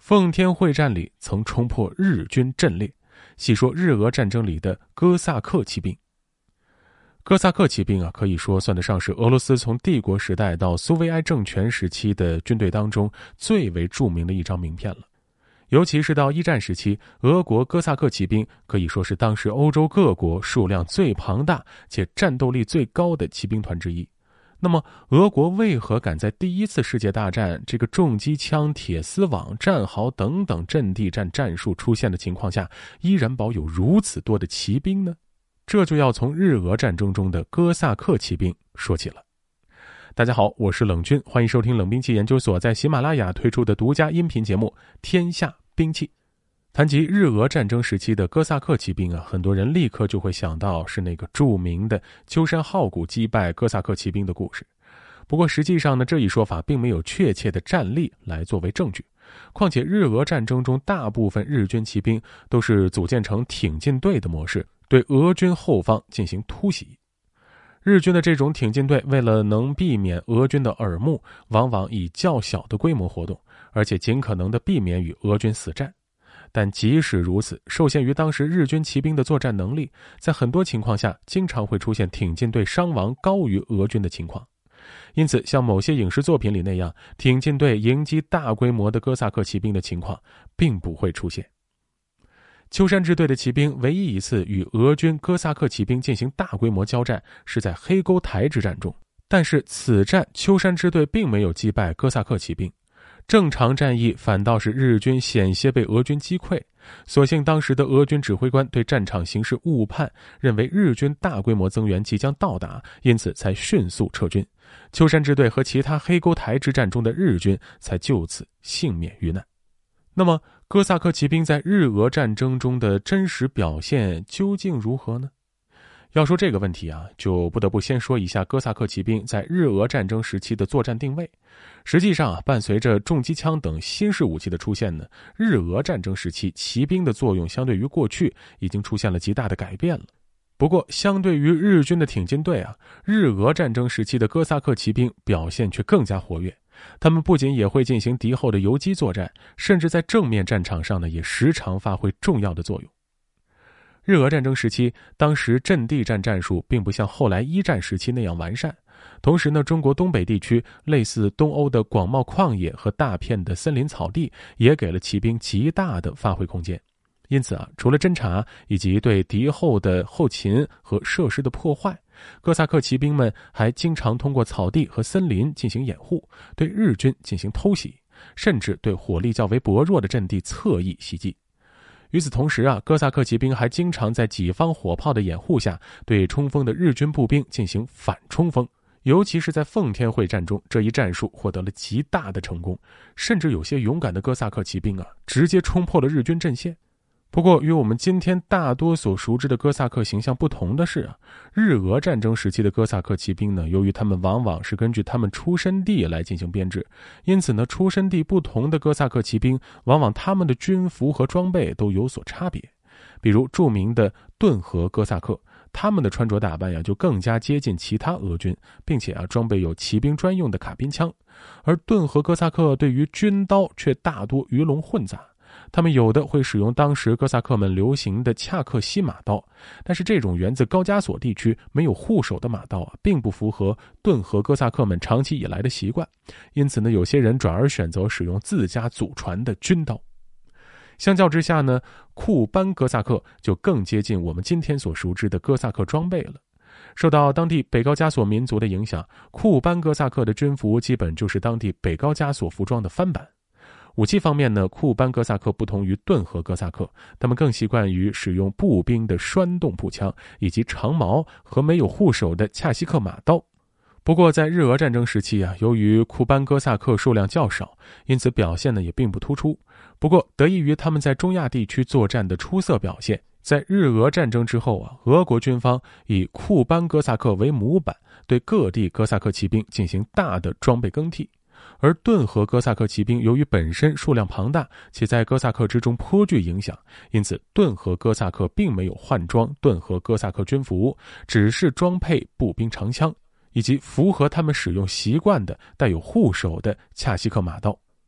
奉天会战里曾冲破日军阵列，细说日俄战争里的哥萨克骑兵。哥萨克骑兵可以说算得上是俄罗斯从帝国时代到苏维埃政权时期的军队当中最为著名的一张名片了。尤其是到一战时期，俄国哥萨克骑兵可以说是当时欧洲各国数量最庞大且战斗力最高的骑兵团之一。那么俄国为何敢在第一次世界大战这个重机枪、铁丝网、战壕等等阵地战战术出现的情况下，依然保有如此多的骑兵呢？这就要从日俄战争中的哥萨克骑兵说起了。大家好，我是冷军，欢迎收听冷兵器研究所在喜马拉雅推出的独家音频节目《天下兵器》。谈及日俄战争时期的哥萨克骑兵很多人立刻就会想到是那个著名的鸠山浩谷击败哥萨克骑兵的故事。不过实际上呢，这一说法并没有确切的战例来作为证据。况且日俄战争中大部分日军骑兵都是组建成挺进队的模式，对俄军后方进行突袭。日军的这种挺进队为了能避免俄军的耳目，往往以较小的规模活动，而且尽可能的避免与俄军死战。但即使如此，受限于当时日军骑兵的作战能力，在很多情况下经常会出现挺进队伤亡高于俄军的情况。因此像某些影视作品里那样，挺进队迎击大规模的哥萨克骑兵的情况并不会出现。鸠山支队的骑兵唯一一次与俄军哥萨克骑兵进行大规模交战是在黑沟台之战中，但是此战鸠山支队并没有击败哥萨克骑兵，正常战役反倒是日军险些被俄军击溃。所幸当时的俄军指挥官对战场形势误判，认为日军大规模增援即将到达，因此才迅速撤军。鸠山支队和其他黑沟台之战中的日军才就此幸免于难。那么哥萨克骑兵在日俄战争中的真实表现究竟如何呢？要说这个问题就不得不先说一下哥萨克骑兵在日俄战争时期的作战定位。实际上伴随着重机枪等新式武器的出现呢，日俄战争时期骑兵的作用相对于过去已经出现了极大的改变了。不过相对于日军的挺进队日俄战争时期的哥萨克骑兵表现却更加活跃。他们不仅也会进行敌后的游击作战，甚至在正面战场上呢也时常发挥重要的作用。日俄战争时期，当时阵地战战术并不像后来一战时期那样完善。同时呢，中国东北地区类似东欧的广袤旷野和大片的森林草地，也给了骑兵极大的发挥空间。因此除了侦察以及对敌后的后勤和设施的破坏，哥萨克骑兵们还经常通过草地和森林进行掩护，对日军进行偷袭，甚至对火力较为薄弱的阵地侧翼袭击。与此同时哥萨克骑兵还经常在己方火炮的掩护下，对冲锋的日军步兵进行反冲锋。尤其是在奉天会战中，这一战术获得了极大的成功，甚至有些勇敢的哥萨克骑兵直接冲破了日军阵线。不过与我们今天大多所熟知的哥萨克形象不同的是日俄战争时期的哥萨克骑兵呢，由于他们往往是根据他们出身地来进行编制，因此呢，出身地不同的哥萨克骑兵往往他们的军服和装备都有所差别。比如著名的顿河哥萨克，他们的穿着打扮就更加接近其他俄军，并且装备有骑兵专用的卡宾枪。而顿河哥萨克对于军刀却大多鱼龙混杂，他们有的会使用当时哥萨克们流行的恰克西马刀，但是这种源自高加索地区没有护手的马刀并不符合顿河哥萨克们长期以来的习惯，因此呢，有些人转而选择使用自家祖传的军刀。相较之下呢，库班哥萨克就更接近我们今天所熟知的哥萨克装备了。受到当地北高加索民族的影响，库班哥萨克的军服基本就是当地北高加索服装的翻版。武器方面呢，库班哥萨克不同于顿河哥萨克，他们更习惯于使用步兵的栓动步枪，以及长矛和没有护手的恰西克马刀。不过在日俄战争时期由于库班哥萨克数量较少，因此表现呢也并不突出。不过得益于他们在中亚地区作战的出色表现，在日俄战争之后俄国军方以库班哥萨克为模板，对各地哥萨克骑兵进行大的装备更替。而顿河哥萨克骑兵由于本身数量庞大，且在哥萨克之中颇具影响，因此顿河哥萨克并没有换装顿河哥萨克军服，只是装配步兵长枪，以及符合他们使用习惯的带有护手的恰西克马刀。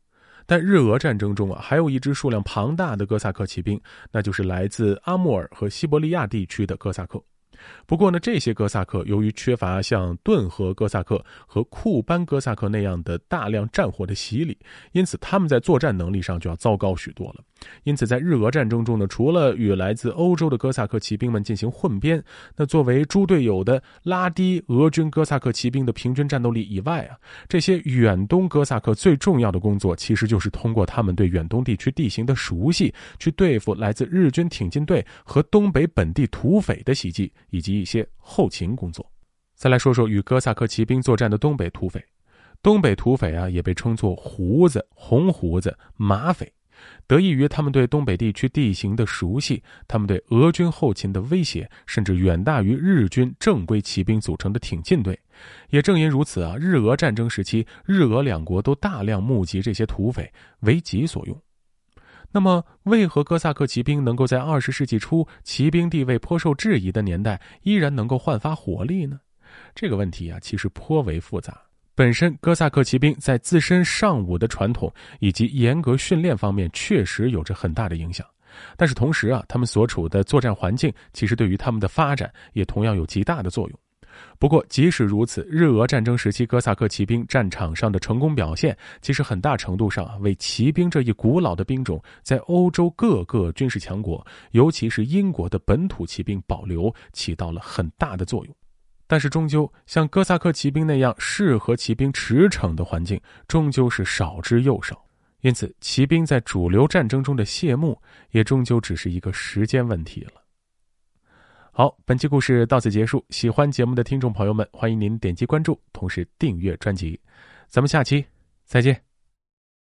但日俄战争中还有一支数量庞大的哥萨克骑兵，那就是来自阿穆尔和西伯利亚地区的哥萨克。不过呢，这些哥萨克由于缺乏像顿河哥萨克和库班哥萨克那样的大量战火的洗礼，因此他们在作战能力上就要糟糕许多了。因此在日俄战争中呢，除了与来自欧洲的哥萨克骑兵们进行混编，那作为猪队友的拉低俄军哥萨克骑兵的平均战斗力以外这些远东哥萨克最重要的工作其实就是通过他们对远东地区地形的熟悉，去对付来自日军挺进队和东北本地土匪的袭击，以及一些后勤工作。再来说说与哥萨克骑兵作战的东北土匪。东北土匪也被称作胡子、红胡子、马匪，得益于他们对东北地区地形的熟悉，他们对俄军后勤的威胁甚至远大于日军正规骑兵组成的挺进队。也正因如此日俄战争时期，日俄两国都大量募集这些土匪为己所用。那么为何哥萨克骑兵能够在20世纪初骑兵地位颇受质疑的年代依然能够焕发活力呢？这个问题其实颇为复杂。本身哥萨克骑兵在自身尚武的传统以及严格训练方面确实有着很大的影响，但是同时他们所处的作战环境其实对于他们的发展也同样有极大的作用。不过即使如此，日俄战争时期哥萨克骑兵战场上的成功表现，其实很大程度上为骑兵这一古老的兵种在欧洲各个军事强国，尤其是英国的本土骑兵保留起到了很大的作用。但是终究像哥萨克骑兵那样适合骑兵驰骋的环境终究是少之又少，因此骑兵在主流战争中的谢幕也终究只是一个时间问题了。好，本期故事到此结束，喜欢节目的听众朋友们，欢迎您点击关注，同时订阅专辑。咱们下期再见。